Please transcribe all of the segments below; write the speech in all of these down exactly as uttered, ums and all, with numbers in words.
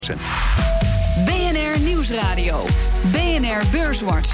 B N R Nieuwsradio. B N R Beurswatch.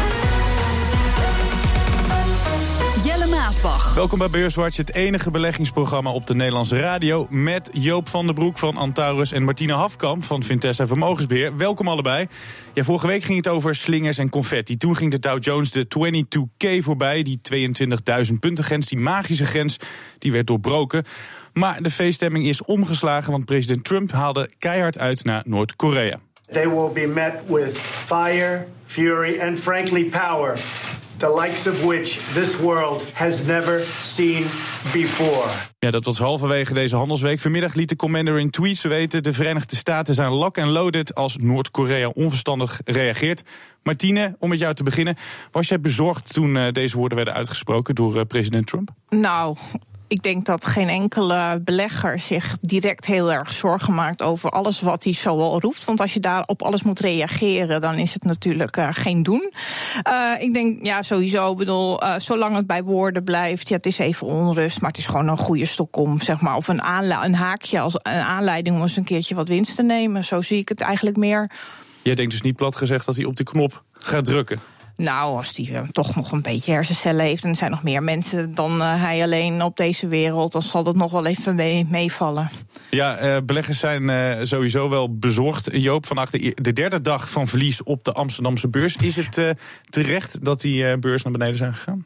Jelle Maasbach. Welkom bij Beurswatch, het enige beleggingsprogramma op de Nederlandse radio. Met Joop van den Broek van Antaurus en Martine Hafkamp van Vintessa Vermogensbeheer. Welkom allebei. Ja, vorige week ging het over slingers en confetti. Toen ging de Dow Jones de tweeëntwintig K voorbij. Die tweeëntwintigduizend punten grens, die magische grens, die werd doorbroken. Maar de feeststemming is omgeslagen, want president Trump haalde keihard uit naar Noord-Korea. They will be met with fire, fury and frankly power. The likes of which this world has never seen before. Ja, dat was halverwege deze handelsweek. Vanmiddag liet de commander in tweets weten: de Verenigde Staten zijn lock and loaded als Noord-Korea onverstandig reageert. Martine, om met jou te beginnen. Was jij bezorgd toen uh, deze woorden werden uitgesproken door uh, president Trump? Nou, ik denk dat geen enkele belegger zich direct heel erg zorgen maakt over alles wat hij zo al roept. Want als je daar op alles moet reageren, dan is het natuurlijk uh, geen doen. Uh, ik denk, ja, sowieso, bedoel, uh, zolang het bij woorden blijft, ja, het is even onrust, maar het is gewoon een goede stok om, zeg maar, of een, aanla- een haakje als een aanleiding om eens een keertje wat winst te nemen. Zo zie ik het eigenlijk meer. Jij denkt dus niet plat gezegd dat hij op die knop gaat drukken? Nou, als hij uh, toch nog een beetje hersencellen heeft en er zijn nog meer mensen dan uh, hij alleen op deze wereld, dan zal dat nog wel even mee, meevallen. Ja, uh, beleggers zijn uh, sowieso wel bezorgd. Joop, vandaag de, de derde dag van verlies op de Amsterdamse beurs. Is het uh, terecht dat die uh, beurs naar beneden zijn gegaan?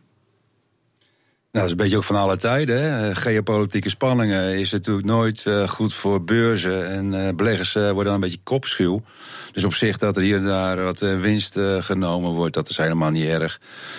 Nou, dat is een beetje ook van alle tijden. Hè. Geopolitieke spanningen is natuurlijk nooit uh, goed voor beurzen. En uh, beleggers uh, worden dan een beetje kopschuw. Dus op zich dat er hier en daar wat uh, winst uh, genomen wordt, dat is helemaal niet erg.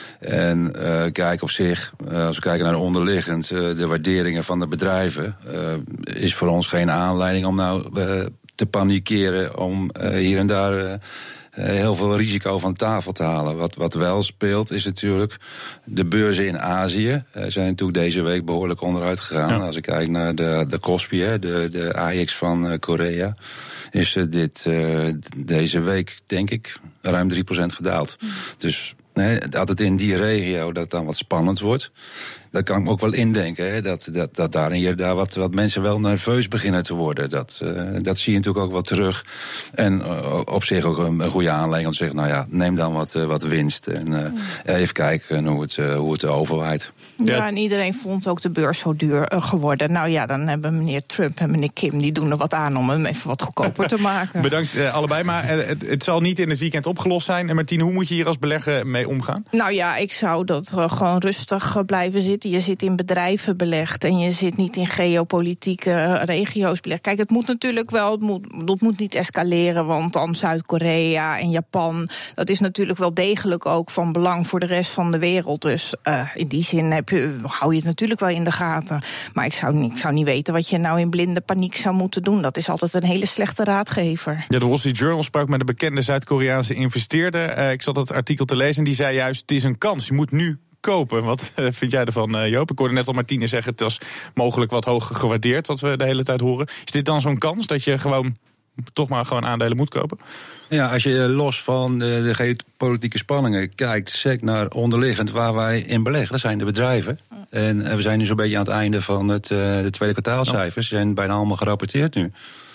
En uh, kijk, op zich, uh, als we kijken naar de onderliggend, uh, de waarderingen van de bedrijven, uh, is voor ons geen aanleiding om nou uh, te panikeren, om uh, hier en daar Uh, Uh, heel veel risico van tafel te halen. Wat, wat wel speelt is natuurlijk de beurzen in Azië uh, zijn natuurlijk deze week behoorlijk onderuit gegaan. Ja. Als ik kijk naar de, de Kospi, hè, de, de A E X van uh, Korea, is uh, dit uh, deze week, denk ik, ruim drie procent gedaald. Mm. Dus nee, dat het in die regio dat dan wat spannend wordt, dat kan ik me ook wel indenken. Hè, dat, dat, dat daar en hier daar wat, wat mensen wel nerveus beginnen te worden. Dat, uh, dat zie je natuurlijk ook wel terug. En uh, op zich ook een, een goede aanleiding om te zeggen, nou ja, neem dan wat, uh, wat winst. En uh, even kijken hoe het, uh, hoe het overwaait. Ja, ja, en iedereen vond ook de beurs zo duur uh, geworden. Nou ja, dan hebben meneer Trump en meneer Kim, die doen er wat aan om hem even wat goedkoper te maken. Bedankt uh, allebei, maar uh, het, het zal niet in het weekend opgelost zijn. En Martine, hoe moet je hier als belegger mee omgaan? Nou ja, ik zou dat uh, gewoon rustig uh, blijven zitten. Je zit in bedrijven belegd en je zit niet in geopolitieke uh, regio's belegd. Kijk, het moet natuurlijk wel, het moet, het moet niet escaleren, want dan Zuid-Korea en Japan, dat is natuurlijk wel degelijk ook van belang voor de rest van de wereld. Dus uh, in die zin heb je, hou je het natuurlijk wel in de gaten. Maar ik zou, niet, ik zou niet weten wat je nou in blinde paniek zou moeten doen. Dat is altijd een hele slechte raadgever. Ja, de Wall Street Journal sprak met een bekende Zuid-Koreaanse investeerder. Uh, ik zat het artikel te lezen en die zei juist, het is een kans, je moet nu kopen. Wat uh, vind jij ervan, uh, Joop? Ik hoorde net al Martine zeggen, het was mogelijk wat hoger gewaardeerd, wat we de hele tijd horen. Is dit dan zo'n kans dat je gewoon toch maar gewoon aandelen moet kopen? Ja, als je los van de, de geopolitieke spanningen kijkt, sec naar onderliggend waar wij in beleggen, dat zijn de bedrijven. En uh, we zijn nu zo'n beetje aan het einde van het, uh, de tweede kwartaalcijfers. Ze zijn bijna allemaal gerapporteerd nu.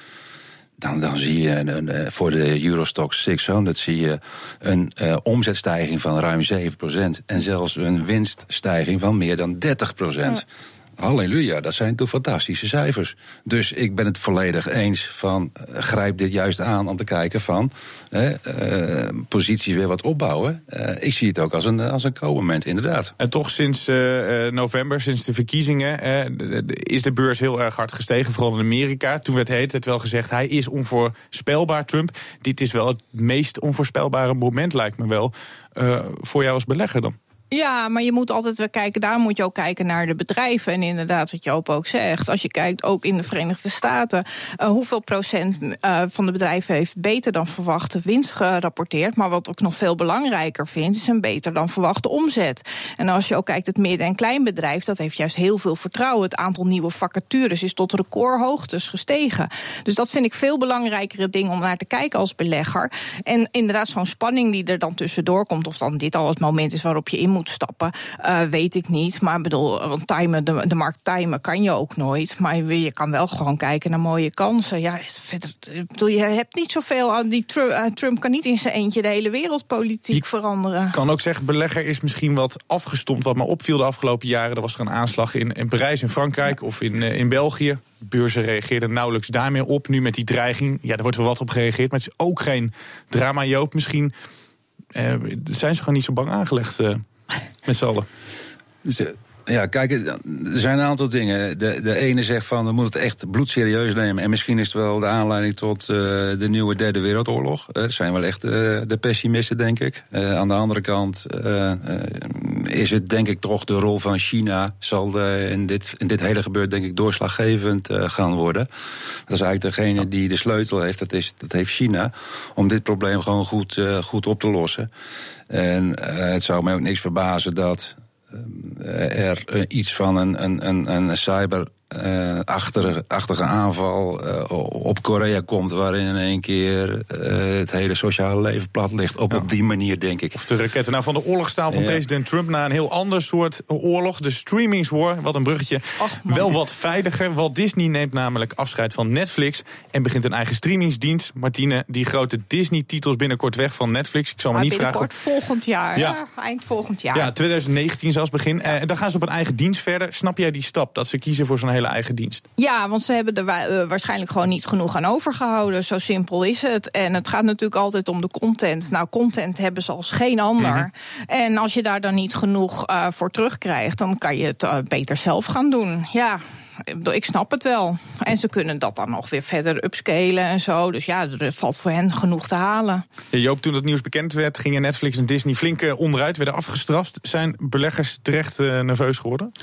Dan, dan zie je een, voor de Eurostoxx zeshonderd zie je een uh, omzetstijging van ruim zeven procent. En zelfs een winststijging van meer dan dertig procent. Ja. Halleluja, dat zijn toch fantastische cijfers. Dus ik ben het volledig eens van, uh, grijp dit juist aan om te kijken van, uh, uh, posities weer wat opbouwen. Uh, ik zie het ook als een, als een koopmoment, inderdaad. En toch sinds uh, november, sinds de verkiezingen, uh, is de beurs heel erg hard gestegen, vooral in Amerika. Toen werd de hele tijd wel gezegd, hij is onvoorspelbaar, Trump. Dit is wel het meest onvoorspelbare moment, lijkt me wel, uh, voor jou als belegger dan. Ja, maar je moet altijd wel kijken, daar moet je ook kijken naar de bedrijven. En inderdaad, wat Joop ook zegt, als je kijkt ook in de Verenigde Staten, uh, hoeveel procent uh, van de bedrijven heeft beter dan verwachte winst gerapporteerd. Maar wat ik nog veel belangrijker vind, is een beter dan verwachte omzet. En als je ook kijkt, het midden- en kleinbedrijf, dat heeft juist heel veel vertrouwen. Het aantal nieuwe vacatures is tot recordhoogtes gestegen. Dus dat vind ik veel belangrijkere dingen om naar te kijken als belegger. En inderdaad, zo'n spanning die er dan tussendoor komt, of dan dit al het moment is waarop je in moet moet stappen, uh, weet ik niet. Maar bedoel, want timen, de, de markt timen kan je ook nooit. Maar je, je kan wel gewoon kijken naar mooie kansen. Ja, verder, ik bedoel, je hebt niet zoveel aan die Trump. Uh, Trump kan niet in zijn eentje de hele wereldpolitiek je veranderen. Ik kan ook zeggen, belegger is misschien wat afgestompt. Wat me opviel de afgelopen jaren, er was er een aanslag in, in Parijs, in Frankrijk ja. of in, uh, in België. Beurzen reageerden nauwelijks daarmee op. Nu met die dreiging, ja, daar wordt wel wat op gereageerd. Maar het is ook geen drama, Joop. Misschien uh, zijn ze gewoon niet zo bang aangelegd uh, met z'n allen. Dus, ja, kijk, er zijn een aantal dingen. De, de ene zegt van, we moeten het echt bloedserieus nemen. En misschien is het wel de aanleiding tot uh, de nieuwe derde wereldoorlog. Uh, dat zijn wel echt uh, de pessimisten, denk ik. Uh, aan de andere kant uh, uh, is het denk ik toch de rol van China. Zal uh, in, dit, in dit hele gebeuren denk ik doorslaggevend uh, gaan worden. Dat is eigenlijk degene die de sleutel heeft. Dat, is, dat heeft China. Om dit probleem gewoon goed, uh, goed op te lossen. En uh, het zou mij ook niks verbazen dat er uh, iets van een, een, een, een cyberachtige uh, aanval uh, op Korea komt, waarin in één keer uh, het hele sociale leven plat ligt. Op, ja. op die manier, denk ik. Of de raketten. Nou, van de oorlogstaal van ja. president Trump naar een heel ander soort oorlog. De streamingswar, wat een bruggetje. Ach, wel wat veiliger. Walt Disney neemt namelijk afscheid van Netflix en begint een eigen streamingsdienst. Martine, die grote Disney-titels binnenkort weg van Netflix. Ik zal maar, maar niet binnenkort vragen. volgend jaar. Ja. Ja, eind volgend jaar. Ja, twintig negentien zelfs begin. Ja. En dan gaan ze op een eigen dienst verder. Snap jij die stap, dat ze kiezen voor zo'n hele eigen dienst? Ja, want ze hebben er uh, waarschijnlijk gewoon niet genoeg aan overgehouden. Zo simpel is het. En het gaat natuurlijk altijd om de content. Nou, content hebben ze als geen ander. Mm-hmm. En als je daar dan niet genoeg uh, voor terugkrijgt, dan kan je het uh, beter zelf gaan doen. Ja. Ik snap het wel. En ze kunnen dat dan nog weer verder upscalen en zo. Dus ja, er valt voor hen genoeg te halen. Ja, Joop, toen het nieuws bekend werd, gingen Netflix en Disney flink uh, onderuit, werden afgestraft. Zijn beleggers terecht uh, nerveus geworden?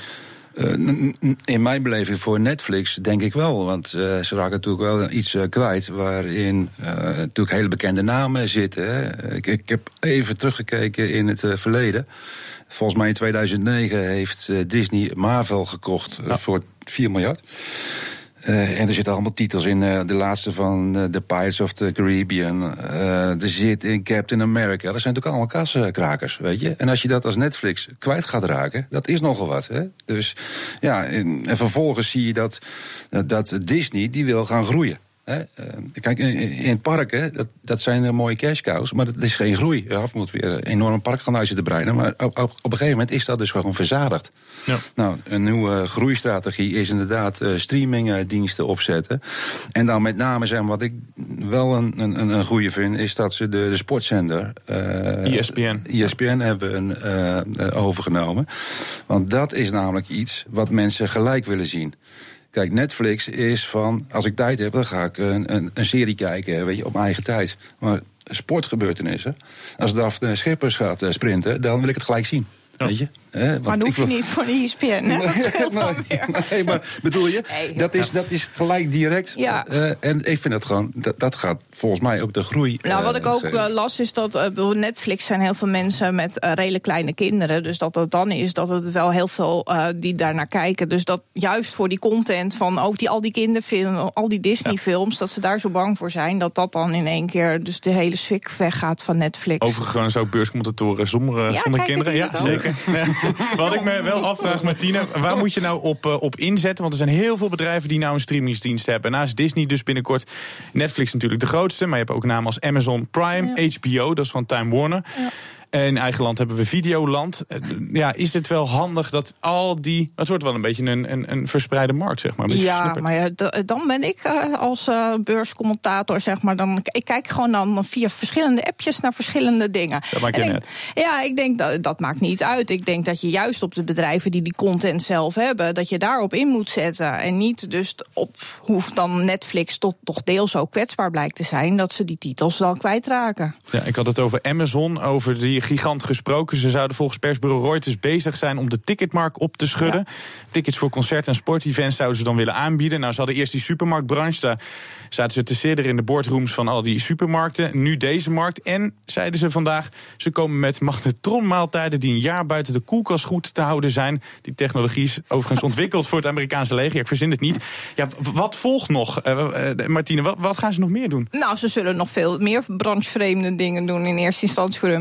Uh, in mijn beleving voor Netflix denk ik wel. Want uh, ze raken natuurlijk wel iets uh, kwijt waarin uh, natuurlijk hele bekende namen zitten. Hè. Ik, ik heb even teruggekeken in het uh, verleden. Volgens mij in tweeduizend negen heeft uh, Disney Marvel gekocht uh, ja. voor vier miljard. Uh, en er zitten allemaal titels in. Uh, de laatste van uh, The Pirates of the Caribbean. Uh, er zit in Captain America. Dat zijn natuurlijk allemaal kassenkrakers, weet je. En als je dat als Netflix kwijt gaat raken, dat is nogal wat. Hè? Dus ja, en, en vervolgens zie je dat, dat Disney, die wil gaan groeien. He, kijk, in het parken, dat, dat zijn mooie cash cows, maar dat is geen groei. Je moet weer een enorm park gaan uit te breiden. Maar op, op, op een gegeven moment is dat dus gewoon verzadigd. Ja. Nou, een nieuwe groeistrategie is inderdaad uh, streamingdiensten opzetten. En dan met name, zeg maar, wat ik wel een, een, een goede vind, is dat ze de, de sportzender uh, E S P N, E S P N hebben uh, uh, overgenomen. Want dat is namelijk iets wat mensen gelijk willen zien. Kijk, Netflix is van, als ik tijd heb, dan ga ik een, een, een serie kijken, weet je, op mijn eigen tijd. Maar sportgebeurtenissen, als Daphne Schippers gaat uh, sprinten, dan wil ik het gelijk zien. Ja. Weet je? Eh, want maar dat hoef je wil... niet voor de E S P N, hè? Nee, dat scheelt nee, dan weer. Nee, maar bedoel je, nee, dat, is, dat is gelijk direct. Ja. Uh, en ik vind dat gewoon, dat, dat gaat volgens mij ook de groei. Nou, wat uh, ik ook uh, las is dat uh, Netflix zijn heel veel mensen met uh, redelijk kleine kinderen. Dus dat het dan is dat het wel heel veel uh, die daarnaar kijken. Dus dat juist voor die content van ook die, al die kinderfilms, al die Disney-films, ja. dat ze daar zo bang voor zijn, dat dat dan in één keer dus de hele swik weggaat van Netflix. Overigens ook beurscommentatoren zonder, ja, zonder kinderen. Ja, ook. Zeker. Wat ik me wel afvraag, Martine, waar moet je nou op, uh, op inzetten? Want er zijn heel veel bedrijven die nou een streamingsdienst hebben. Naast Disney dus binnenkort Netflix natuurlijk de grootste. Maar je hebt ook namen als Amazon Prime, ja. H B O, dat is van Time Warner. Ja. In eigen land hebben we Videoland. Ja, is het wel handig dat al die... Het wordt wel een beetje een, een, een verspreide markt, zeg maar. Een ja, versnipperd. maar ja, d- dan ben ik uh, als uh, beurscommentator, zeg maar... Dan, ik kijk gewoon dan via verschillende appjes naar verschillende dingen. Dat maakt je en net. Ik, ja, ik denk dat dat maakt niet uit. Ik denk dat je juist op de bedrijven die die content zelf hebben... dat je daarop in moet zetten. En niet dus op hoeft dan Netflix tot toch deels ook kwetsbaar blijkt te zijn... dat ze die titels dan kwijtraken. Ja, ik had het over Amazon, over die gigant gesproken. Ze zouden volgens persbureau Reuters bezig zijn om de ticketmarkt op te schudden. Ja. Tickets voor concerten en sportevents zouden ze dan willen aanbieden. Nou, ze hadden eerst die supermarktbranche. Daar zaten ze te sidderen in de boardrooms van al die supermarkten. Nu deze markt. En, zeiden ze vandaag, ze komen met magnetronmaaltijden die een jaar buiten de koelkast goed te houden zijn. Die technologie is overigens ontwikkeld voor het Amerikaanse leger. Ja, ik verzin het niet. Ja, wat volgt nog? Uh, uh, Martine, wat, wat gaan ze nog meer doen? Nou, ze zullen nog veel meer branchevreemde dingen doen. In eerste instantie voor hun branche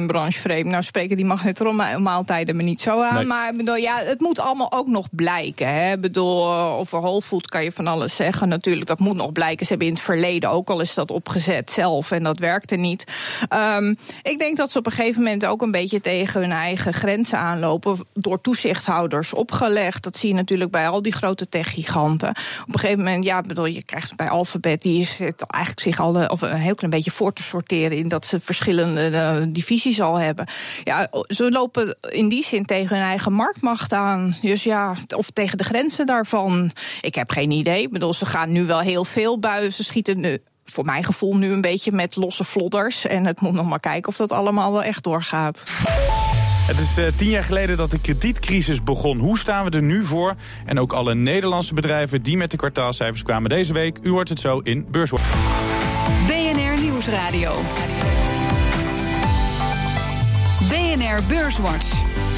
vreemd. Nou spreken die magnetronmaaltijden me niet zo aan. Nee. Maar bedoel, ja, het moet allemaal ook nog blijken. Hè. Ik bedoel, over Whole Foods kan je van alles zeggen. Natuurlijk, dat moet nog blijken. Ze hebben in het verleden ook al eens dat opgezet zelf. En dat werkte niet. Um, ik denk dat ze op een gegeven moment ook een beetje tegen hun eigen grenzen aanlopen. Door toezichthouders opgelegd. Dat zie je natuurlijk bij al die grote techgiganten. Op een gegeven moment, ja, bedoel, je krijgt bij Alphabet, die zit eigenlijk zich al of een heel klein beetje voor te sorteren in dat ze verschillende uh, divisies al hebben. Ja, ze lopen in die zin tegen hun eigen marktmacht aan. Dus ja, of tegen de grenzen daarvan. Ik heb geen idee. Ik bedoel, ze gaan nu wel heel veel buien. Ze schieten nu, voor mijn gevoel, nu een beetje met losse vlodders. En het moet nog maar kijken of dat allemaal wel echt doorgaat. Het is uh, tien jaar geleden dat de kredietcrisis begon. Hoe staan we er nu voor? En ook alle Nederlandse bedrijven die met de kwartaalcijfers kwamen deze week. U hoort het zo in Beurswatch. B N R Nieuwsradio. B N R Beurswatch.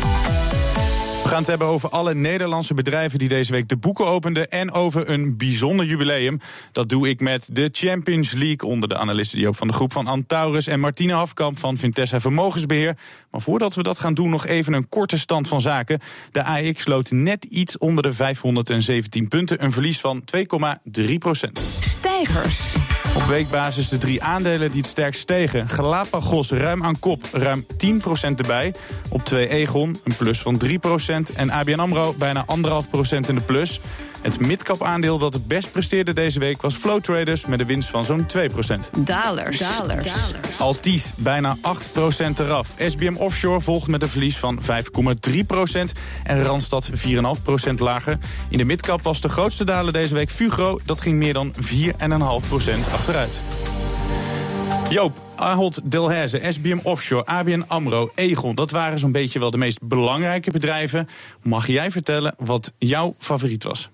We gaan het hebben over alle Nederlandse bedrijven die deze week de boeken openden en over een bijzonder jubileum. Dat doe ik met de Champions League onder de analisten die ook van de groep van Antaurus en Martine Hafkamp van Vintessa Vermogensbeheer. Maar voordat we dat gaan doen, nog even een korte stand van zaken. De A E X sloot net iets onder de vijfhonderdzeventien punten, een verlies van twee komma drie procent. Stijgers. Op weekbasis de drie aandelen die het sterkst stegen. Galapagos ruim aan kop, ruim tien procent erbij. Op twee Egon een plus van drie procent. En A B N AMRO bijna anderhalf procent in de plus. Het midcap aandeel dat het best presteerde deze week was Flow Traders met een winst van zo'n twee procent. Dalers. Dalers. Altis bijna acht procent eraf. S B M Offshore volgt met een verlies van vijf komma drie procent. En Randstad vier komma vijf procent lager. In de midcap was de grootste daler deze week Fugro. Dat ging meer dan vier komma vijf procent achteruit. Joop, Ahold Delhaize, S B M Offshore, A B N AMRO, Egon. Dat waren zo'n beetje wel de meest belangrijke bedrijven. Mag jij vertellen wat jouw favoriet was?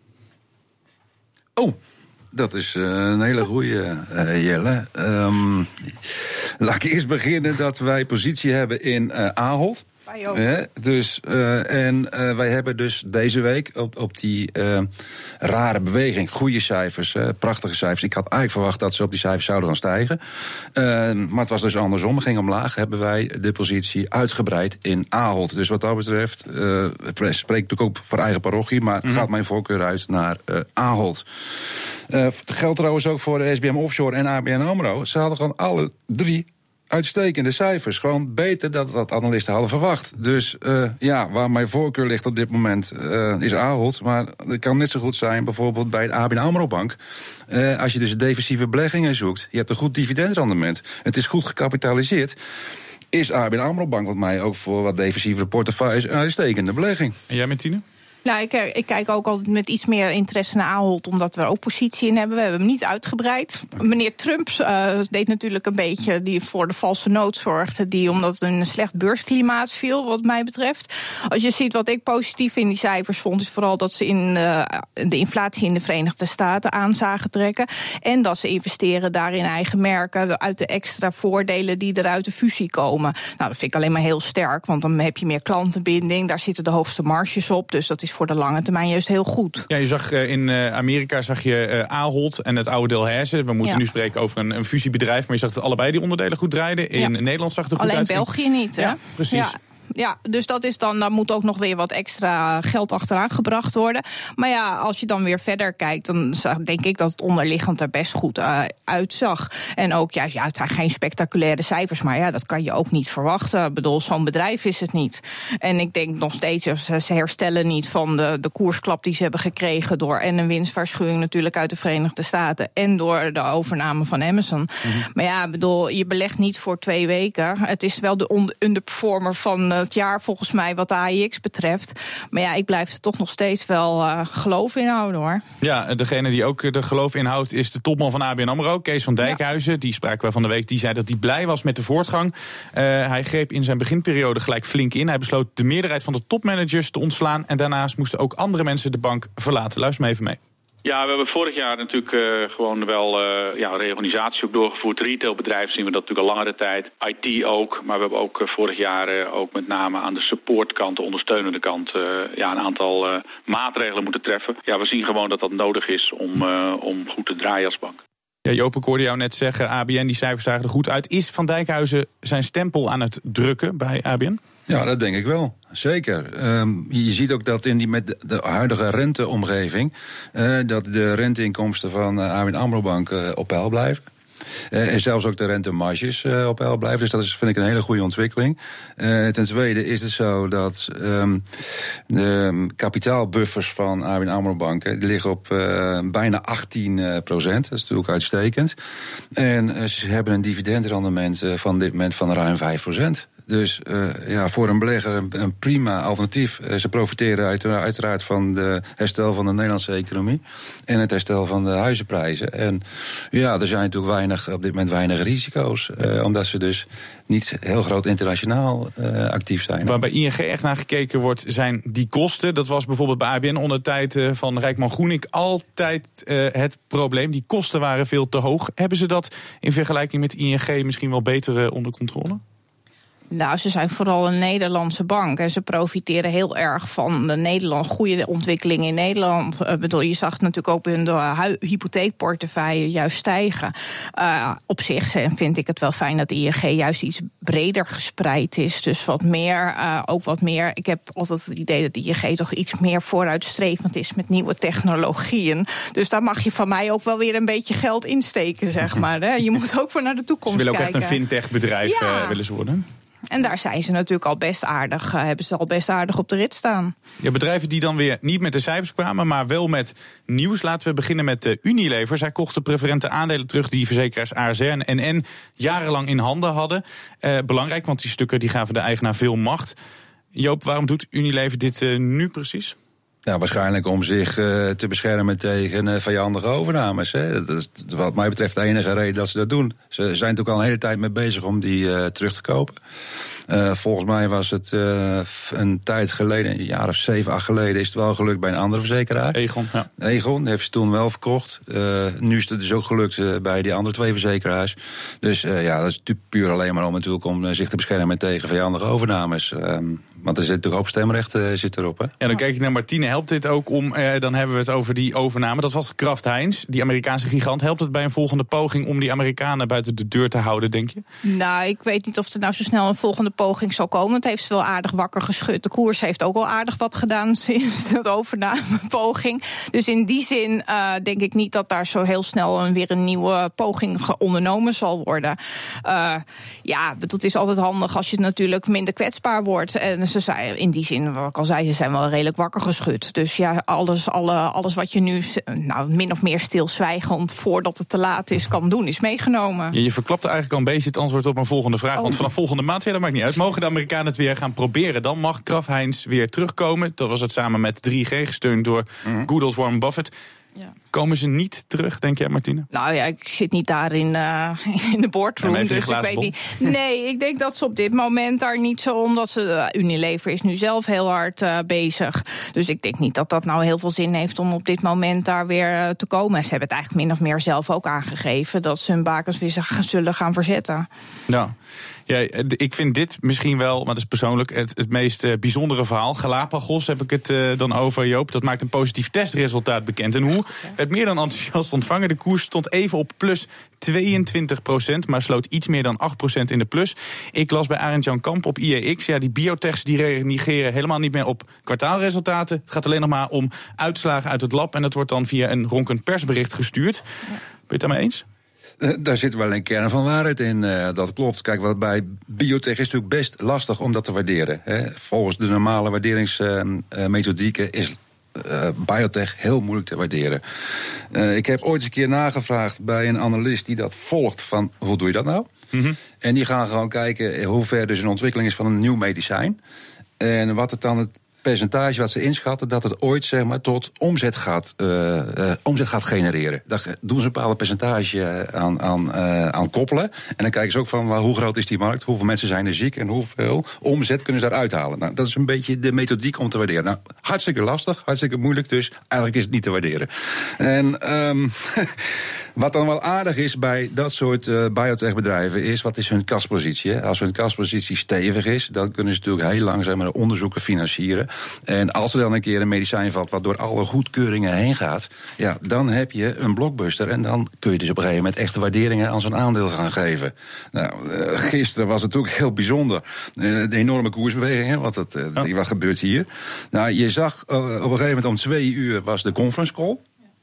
Oh, dat is uh, een hele goeie, uh, Jelle. Um, laat ik eerst beginnen dat wij positie hebben in uh, Ahold. Wij ook. Uh, dus, uh, en uh, wij hebben dus deze week op, op die uh, rare beweging, goede cijfers, uh, prachtige cijfers. Ik had eigenlijk verwacht dat ze op die cijfers zouden gaan stijgen. Uh, maar het was dus andersom, we gingen omlaag. Hebben wij de positie uitgebreid in Ahold. Dus wat dat betreft, uh, ik spreek natuurlijk ook voor eigen parochie, maar mm-hmm. gaat mijn voorkeur uit naar uh, Ahold. Uh, dat geldt trouwens ook voor de S B M Offshore en A B N AMRO. Ze hadden gewoon alle drie uitstekende cijfers. Gewoon beter dan dat analisten hadden verwacht. Dus uh, ja, waar mijn voorkeur ligt op dit moment uh, is Ahold. Maar het kan net zo goed zijn bijvoorbeeld bij de A B N AMRO Bank. Uh, als je dus defensieve beleggingen zoekt, je hebt een goed dividendrendement, het is goed gecapitaliseerd, is A B N AMRO Bank wat mij ook voor wat defensievere portefeuilles een uitstekende belegging. En jij, Martine? Nou, ik, ik kijk ook altijd met iets meer interesse naar Ahold, omdat we er ook positie in hebben. We hebben hem niet uitgebreid. Meneer Trump uh, deed natuurlijk een beetje die voor de valse nood zorgde, die omdat het een slecht beursklimaat viel, wat mij betreft. Als je ziet wat ik positief in die cijfers vond, is vooral dat ze in uh, de inflatie in de Verenigde Staten aan zagen trekken. En dat ze investeren daar in eigen merken uit de extra voordelen die er uit de fusie komen. Nou, dat vind ik alleen maar heel sterk, want dan heb je meer klantenbinding. Daar zitten de hoogste marges op, dus dat is voor de lange termijn juist heel goed. Ja, je zag uh, in uh, Amerika zag je uh, Ahold en het oude Delhaize. We moeten ja. nu spreken over een, een fusiebedrijf, maar je zag dat allebei die onderdelen goed draaiden. In ja. Nederland zag het er goed Alleen uit. Alleen België niet, hè? Ja, precies. Ja. Ja, dus dat is dan, daar moet ook nog weer wat extra geld achteraan gebracht worden. Maar ja, als je dan weer verder kijkt, dan denk ik dat het onderliggend er best goed uh, uitzag. En ook, ja, ja, het zijn geen spectaculaire cijfers, maar ja, dat kan je ook niet verwachten. Ik bedoel, zo'n bedrijf is het niet. En ik denk nog steeds, ze herstellen niet van de, de koersklap die ze hebben gekregen door en een winstwaarschuwing natuurlijk uit de Verenigde Staten en door de overname van Amazon. Mm-hmm. Maar ja, ik bedoel, je belegt niet voor twee weken. Het is wel de underperformer van het jaar volgens mij wat de A E X betreft. Maar ja, ik blijf er toch nog steeds wel uh, geloof in houden, hoor. Ja, degene die ook de geloof inhoudt is de topman van A B N AMRO, Kees van Dijkhuizen. Ja. Die spraken we van de week, die zei dat hij blij was met de voortgang. Uh, hij greep in zijn beginperiode gelijk flink in. Hij besloot de meerderheid van de topmanagers te ontslaan en daarnaast moesten ook andere mensen de bank verlaten. Luister maar even mee. Ja, we hebben vorig jaar natuurlijk uh, gewoon wel uh, ja, reorganisatie ook doorgevoerd. Retailbedrijven zien we dat natuurlijk al langere tijd. I T ook, maar we hebben ook uh, vorig jaar uh, ook met name aan de supportkant, de ondersteunende kant, uh, ja, een aantal uh, maatregelen moeten treffen. Ja, we zien gewoon dat dat nodig is om, uh, om goed te draaien als bank. Ja, Joop, ik hoorde jou net zeggen, A B N, die cijfers zagen er goed uit. Is Van Dijkhuizen zijn stempel aan het drukken bij A B N? Ja, dat denk ik wel. Zeker. Um, je ziet ook dat in die, met de, de huidige renteomgeving, Uh, dat de renteinkomsten van uh, A B N AMRO Bank uh, op peil blijven. Uh, en zelfs ook de rentemarges uh, op peil blijven. Dus dat is, vind ik, een hele goede ontwikkeling. Uh, ten tweede is het zo dat um, de kapitaalbuffers van A B N AMRO Bank die liggen op uh, bijna achttien procent. Dat is natuurlijk uitstekend. En uh, ze hebben een dividendrendement uh, van dit moment van ruim vijf procent. Dus uh, ja, voor een belegger een, een prima alternatief. Uh, ze profiteren uiteraard, uiteraard van het herstel van de Nederlandse economie en het herstel van de huizenprijzen. En ja, er zijn natuurlijk weinig, op dit moment weinig risico's, uh, omdat ze dus niet heel groot internationaal uh, actief zijn. Waar bij I N G echt naar gekeken wordt, zijn die kosten. Dat was bijvoorbeeld bij A B N onder de tijd uh, van Rijkman Groening altijd uh, het probleem. Die kosten waren veel te hoog. Hebben ze dat in vergelijking met I N G misschien wel beter uh, onder controle? Nou, ze zijn vooral een Nederlandse bank en ze profiteren heel erg van de Nederland, goede ontwikkeling in Nederland. Ik bedoel, je zag het natuurlijk ook hun de hypotheekportefeuille juist stijgen. Uh, op zich vind ik het wel fijn dat I N G juist iets breder gespreid is. Dus wat meer, uh, ook wat meer. Ik heb altijd het idee dat I N G toch iets meer vooruitstrevend is met nieuwe technologieën. Dus daar mag je van mij ook wel weer een beetje geld insteken, zeg maar. Hè. Je moet ook voor naar de toekomst kijken. Ze willen ook echt een fintech-bedrijf ja. uh, willen ze worden. En daar zijn ze natuurlijk al best aardig, uh, hebben ze al best aardig op de rit staan. Ja, bedrijven die dan weer niet met de cijfers kwamen, maar wel met nieuws. Laten we beginnen met uh, Unilever. Zij kochten preferente aandelen terug die verzekeraars A S R en N N jarenlang in handen hadden. Uh, belangrijk, want die stukken die gaven de eigenaar veel macht. Joop, waarom doet Unilever dit uh, nu precies? Ja, waarschijnlijk om zich uh, te beschermen tegen uh, vijandige overnames. Hè. Dat is wat mij betreft de enige reden dat ze dat doen. Ze zijn natuurlijk al een hele tijd mee bezig om die uh, terug te kopen. Uh, volgens mij was het uh, een tijd geleden, een jaar of zeven, acht geleden, is het wel gelukt bij een andere verzekeraar. Egon, ja. Egon heeft ze toen wel verkocht. Uh, nu is het dus ook gelukt uh, bij die andere twee verzekeraars. Dus uh, ja, dat is natuurlijk puur alleen maar om, natuurlijk, om uh, zich te beschermen tegen vijandige overnames. Um, Want er zit natuurlijk ook stemrecht uh, zit erop. Hè? Ja, dan kijk je naar Martine. Helpt dit ook om, uh, dan hebben we het over die overname. Dat was Kraft Heinz, die Amerikaanse gigant. Helpt het bij een volgende poging om die Amerikanen buiten de deur te houden, denk je? Nou, ik weet niet of er nou zo snel een volgende poging zal komen. Het heeft ze wel aardig wakker geschud. De koers heeft ook al aardig wat gedaan sinds de overnamepoging. Dus in die zin uh, denk ik niet dat daar zo heel snel een, weer een nieuwe poging ondernomen zal worden. Uh, ja, het is altijd handig als je natuurlijk minder kwetsbaar wordt. En ze zijn in die zin, wat ik al zei, ze zijn wel redelijk wakker geschud. Dus ja, alles, alle, alles wat je nu nou, min of meer stilzwijgend voordat het te laat is kan doen, is meegenomen. Ja, je verklapte eigenlijk al een beetje het antwoord op mijn volgende vraag. Oh. Want vanaf volgende maand, ja, dat maakt niet uit, mogen de Amerikanen het weer gaan proberen. Dan mag Kraft Heinz weer terugkomen. Dat was het samen met drie G, gesteund door mm-hmm. good old Warren Buffett. Ja. Komen ze niet terug, denk jij, Martine? Nou ja, ik zit niet daar in, uh, in de boardroom, ja, dus ik weet bol. niet. Nee, ik denk dat ze op dit moment daar niet zo, omdat ze uh, Unilever is nu zelf heel hard uh, bezig. Dus ik denk niet dat dat nou heel veel zin heeft om op dit moment daar weer uh, te komen. Ze hebben het eigenlijk min of meer zelf ook aangegeven dat ze hun bakens weer zullen gaan verzetten. Ja. Ja, ik vind dit misschien wel, maar dat is persoonlijk, het, het meest uh, bijzondere verhaal. Galapagos heb ik het uh, dan over, Joop. Dat maakt een positief testresultaat bekend. En hoe werd meer dan enthousiast ontvangen. De koers stond even op plus tweeëntwintig procent, maar sloot iets meer dan acht procent in de plus. Ik las bij Arend Jan Kamp op I E X. Ja, die biotechs die reageren helemaal niet meer op kwartaalresultaten. Het gaat alleen nog maar om uitslagen uit het lab. En dat wordt dan via een ronkend persbericht gestuurd. Ben je het daarmee eens? Uh, daar zit wel een kern van waarheid in, uh, dat klopt. Kijk, wat bij biotech is natuurlijk best lastig om dat te waarderen. Hè. Volgens de normale waarderingsmethodieken uh, is uh, biotech heel moeilijk te waarderen. Uh, ik heb ooit eens een keer nagevraagd bij een analist die dat volgt van, hoe doe je dat nou? Mm-hmm. En die gaan gewoon kijken hoe ver dus een ontwikkeling is van een nieuw medicijn. En wat het dan het percentage wat ze inschatten, dat het ooit zeg maar tot omzet gaat, uh, uh, omzet gaat genereren. Daar doen ze een bepaald percentage aan, aan, uh, aan koppelen. En dan kijken ze ook van well, hoe groot is die markt, hoeveel mensen zijn er ziek en hoeveel omzet kunnen ze daaruit halen. Nou, dat is een beetje de methodiek om te waarderen. Nou, hartstikke lastig, hartstikke moeilijk, dus eigenlijk is het niet te waarderen. En um, wat dan wel aardig is bij dat soort uh, biotechbedrijven is, wat is hun kaspositie? Hè? Als hun kaspositie stevig is, dan kunnen ze natuurlijk heel langzaam onderzoeken financieren. En als er dan een keer een medicijn valt wat door alle goedkeuringen heen gaat, ja, dan heb je een blockbuster. En dan kun je dus op een gegeven moment echte waarderingen aan zo'n aandeel gaan geven. Nou, uh, gisteren was het ook heel bijzonder. Uh, de enorme koersbeweging, hè, wat, het, uh, ja. wat gebeurt hier. Nou, je zag uh, op een gegeven moment om twee uur was de conference call.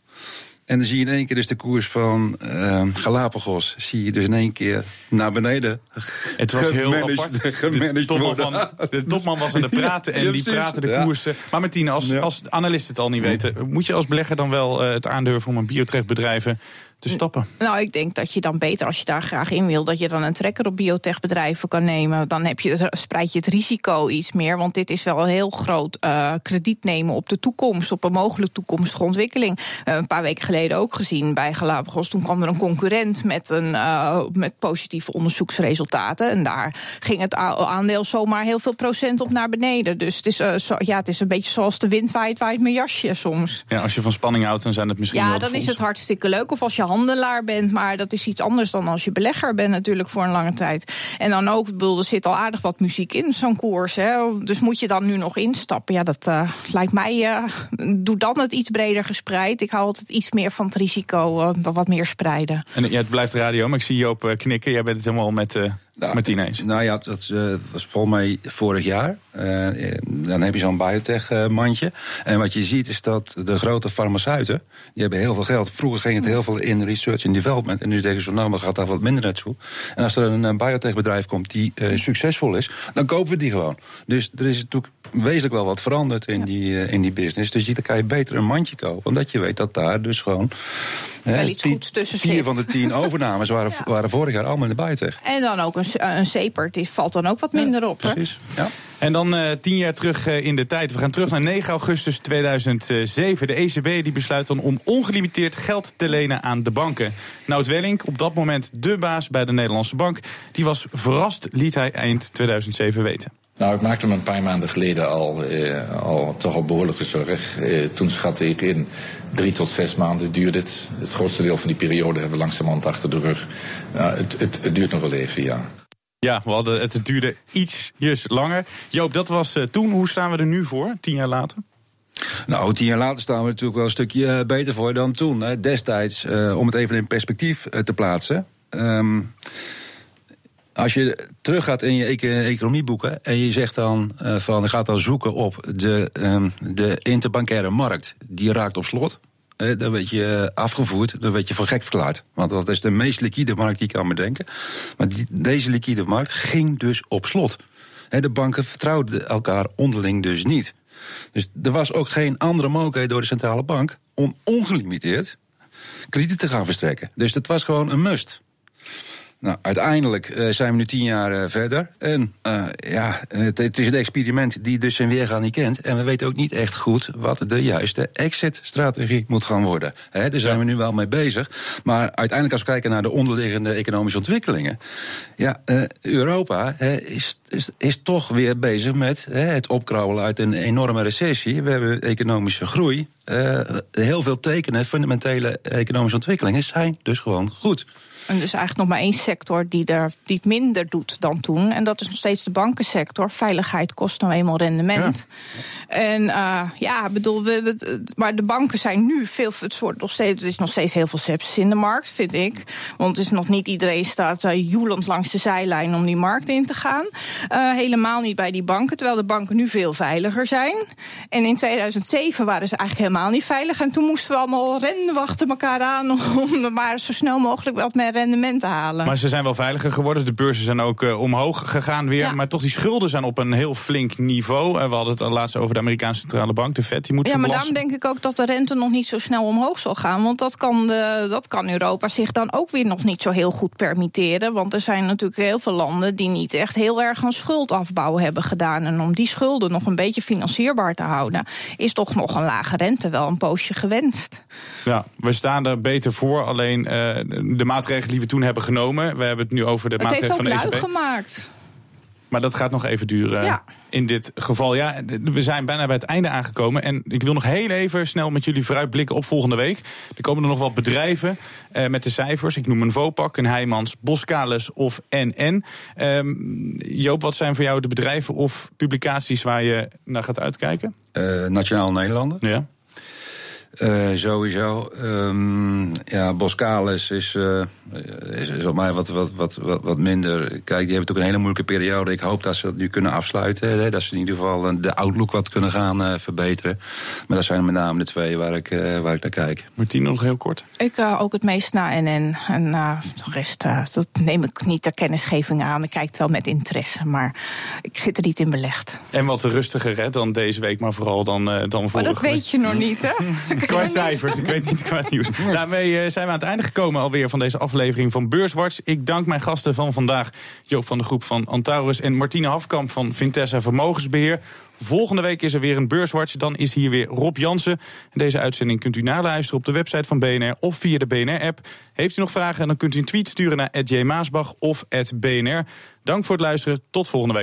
En dan zie je in één keer dus de koers van uh, Galapagos, zie je dus in één keer naar beneden. Het was heel apart. De topman, van, de topman was aan het praten en ja, die praatte de ja. koersen. Maar Martine, als, ja. als analisten het al niet weten, moet je als belegger dan wel uh, het aandurven om een biotechbedrijven te stappen? Nou, ik denk dat je dan beter, als je daar graag in wil, dat je dan een trekker op biotechbedrijven kan nemen. Dan heb je, spreid je het risico iets meer. Want dit is wel een heel groot uh, krediet nemen op de toekomst, op een mogelijk toekomstige ontwikkeling. Uh, een paar weken geleden ook gezien bij Galapagos. Toen kwam er een concurrent met, een, uh, met positieve onderzoeksresultaten. En daar ging het aandeel zomaar heel veel procent op naar beneden. Dus het is, uh, zo, ja, het is een beetje zoals de wind waait, waait mijn jasje soms. Ja, als je van spanning houdt, dan zijn het misschien ja, wel dan fonds. is het hartstikke leuk. Of als je handelaar bent, maar dat is iets anders dan als je belegger bent natuurlijk voor een lange tijd. En dan ook, bedoel, er zit al aardig wat muziek in zo'n koers. Hè. Dus moet je dan nu nog instappen? Ja, dat uh, lijkt mij, uh, doe dan het iets breder gespreid. Ik hou altijd iets meer van het risico, uh, wat meer spreiden. En ja, het blijft radio, maar ik zie Joop uh, knikken. Jij bent het helemaal met... Uh... Nou, met tien eens. Nou ja, dat uh, was volgens mij vorig jaar. Uh, dan heb je zo'n biotech-mandje. En wat je ziet is dat de grote farmaceuten, die hebben heel veel geld. Vroeger ging het heel veel in research en development. En nu denken ze, nou, maar gaat daar wat minder naartoe. En als er een, een biotech-bedrijf komt die uh, succesvol is, dan kopen we die gewoon. Dus er is natuurlijk wezenlijk wel wat veranderd in, die, uh, in die business. Dus dan kan je beter een mandje kopen. Omdat je weet dat daar dus gewoon... Wel iets tien, goeds tussen zit. Vier van de tien overnames waren, ja. waren vorig jaar allemaal in de biotech. En dan ook een, een Sepert, die valt dan ook wat minder ja, op. Precies, ja. En dan uh, tien jaar terug uh, in de tijd. We gaan terug naar negen augustus tweeduizend zeven. De E C B die besluit dan om ongelimiteerd geld te lenen aan de banken. Nout Welling, op dat moment de baas bij de Nederlandse Bank, die was verrast, liet hij eind tweeduizend zeven weten. Nou, ik maakte me een paar maanden geleden al, eh, al toch al behoorlijke zorg. Eh, toen schatte ik in drie tot zes maanden duurde het. Het grootste deel van die periode hebben we langzamerhand achter de rug. Uh, het, het, het duurt nog wel even, ja. Ja, we hadden, het duurde ietsjes langer. Joop, dat was uh, toen. Hoe staan we er nu voor, tien jaar later? Nou, tien jaar later staan we natuurlijk wel een stukje beter voor dan toen. Hè. Destijds, uh, om het even in perspectief uh, te plaatsen. Um, Als je teruggaat in je economieboeken en je zegt dan uh, van, je gaat dan zoeken op de, um, de interbankaire markt, die raakt op slot. Uh, dan werd je uh, afgevoerd, dan werd je voor gek verklaard. Want dat is de meest liquide markt die ik kan bedenken. Maar die, deze liquide markt ging dus op slot. Uh, de banken vertrouwden elkaar onderling dus niet. Dus er was ook geen andere mogelijkheid door de centrale bank om ongelimiteerd krediet te gaan verstrekken. Dus dat was gewoon een must. Nou, uiteindelijk uh, zijn we nu tien jaar uh, verder. En uh, ja, het, het is een experiment die dus zijn weergaan niet kent. En we weten ook niet echt goed wat de juiste exit-strategie moet gaan worden. He, daar zijn we nu wel mee bezig. Maar uiteindelijk als we kijken naar de onderliggende economische ontwikkelingen. Ja, uh, Europa he, is, is, is toch weer bezig met he, het opkrabbelen uit een enorme recessie. We hebben economische groei. Uh, heel veel tekenen, fundamentele economische ontwikkelingen zijn dus gewoon goed. En dus eigenlijk nog maar één sector die, er, die het minder doet dan toen. En dat is nog steeds de bankensector. Veiligheid kost nou eenmaal rendement. Ja. En uh, ja, bedoel, we, we, maar de banken zijn nu veel. Het, soort, nog steeds, er is nog steeds heel veel sepsis in de markt, vind ik. Want het is nog niet iedereen staat uh, joelend langs de zijlijn om die markt in te gaan. Uh, helemaal niet bij die banken, terwijl de banken nu veel veiliger zijn. En in tweeduizend zeven waren ze eigenlijk helemaal niet veilig. En toen moesten we allemaal rennen achter elkaar aan om er maar zo snel mogelijk wat meer rendement te halen. Maar ze zijn wel veiliger geworden. De beurzen zijn ook uh, omhoog gegaan weer. Ja. Maar toch, die schulden zijn op een heel flink niveau. Uh, we hadden het al laatst over de Amerikaanse Centrale Bank, de Fed. Die moet ja, maar belasten. daarom denk ik ook dat de rente nog niet zo snel omhoog zal gaan. Want dat kan, de, dat kan Europa zich dan ook weer nog niet zo heel goed permitteren. Want er zijn natuurlijk heel veel landen die niet echt heel erg aan schuldafbouw hebben gedaan. En om die schulden nog een beetje financierbaar te houden, is toch nog een lage rente wel een poosje gewenst. Ja, we staan er beter voor. Alleen uh, de maatregelen die we toen hebben genomen, we hebben het nu over de het maatregelen van de E C B. Het heeft ook lui gemaakt. Maar dat gaat nog even duren. Ja. In dit geval, ja, we zijn bijna bij het einde aangekomen. En ik wil nog heel even snel met jullie vooruitblikken op volgende week. Er komen er nog wat bedrijven uh, met de cijfers. Ik noem een Vopak, een Heijmans, Boskalis of N N. Um, Joop, wat zijn voor jou de bedrijven of publicaties waar je naar gaat uitkijken? Uh, Nationaal Nederlanden. Ja. Uh, sowieso. Um, ja, Boskalis is, uh, is, is op mij wat, wat, wat, wat, wat minder. Kijk, die hebben natuurlijk een hele moeilijke periode. Ik hoop dat ze dat nu kunnen afsluiten. Hè, dat ze in ieder geval de outlook wat kunnen gaan uh, verbeteren. Maar dat zijn met name de twee waar ik, uh, waar ik naar kijk. Martine, nog heel kort. Ik uh, ook het meest naar N N. En uh, de rest, uh, dat neem ik niet ter kennisgeving aan. Ik kijk het wel met interesse, maar ik zit er niet in belegd. En wat rustiger hè, dan deze week, maar vooral dan, uh, dan vorige Maar dat week. weet je nog niet, hè? Qua cijfers, ik weet niet qua nieuws. Daarmee zijn we aan het einde gekomen alweer van deze aflevering van Beurswatch. Ik dank mijn gasten van vandaag, Joop van de Groep van Antaurus en Martine Hafkamp van Vintessa Vermogensbeheer. Volgende week is er weer een Beurswatch. Dan is hier weer Rob Jansen. Deze uitzending kunt u naluisteren op de website van B N R of via de B N R-app. Heeft u nog vragen, dan kunt u een tweet sturen naar at j maasbach of at B N R. Dank voor het luisteren. Tot volgende week.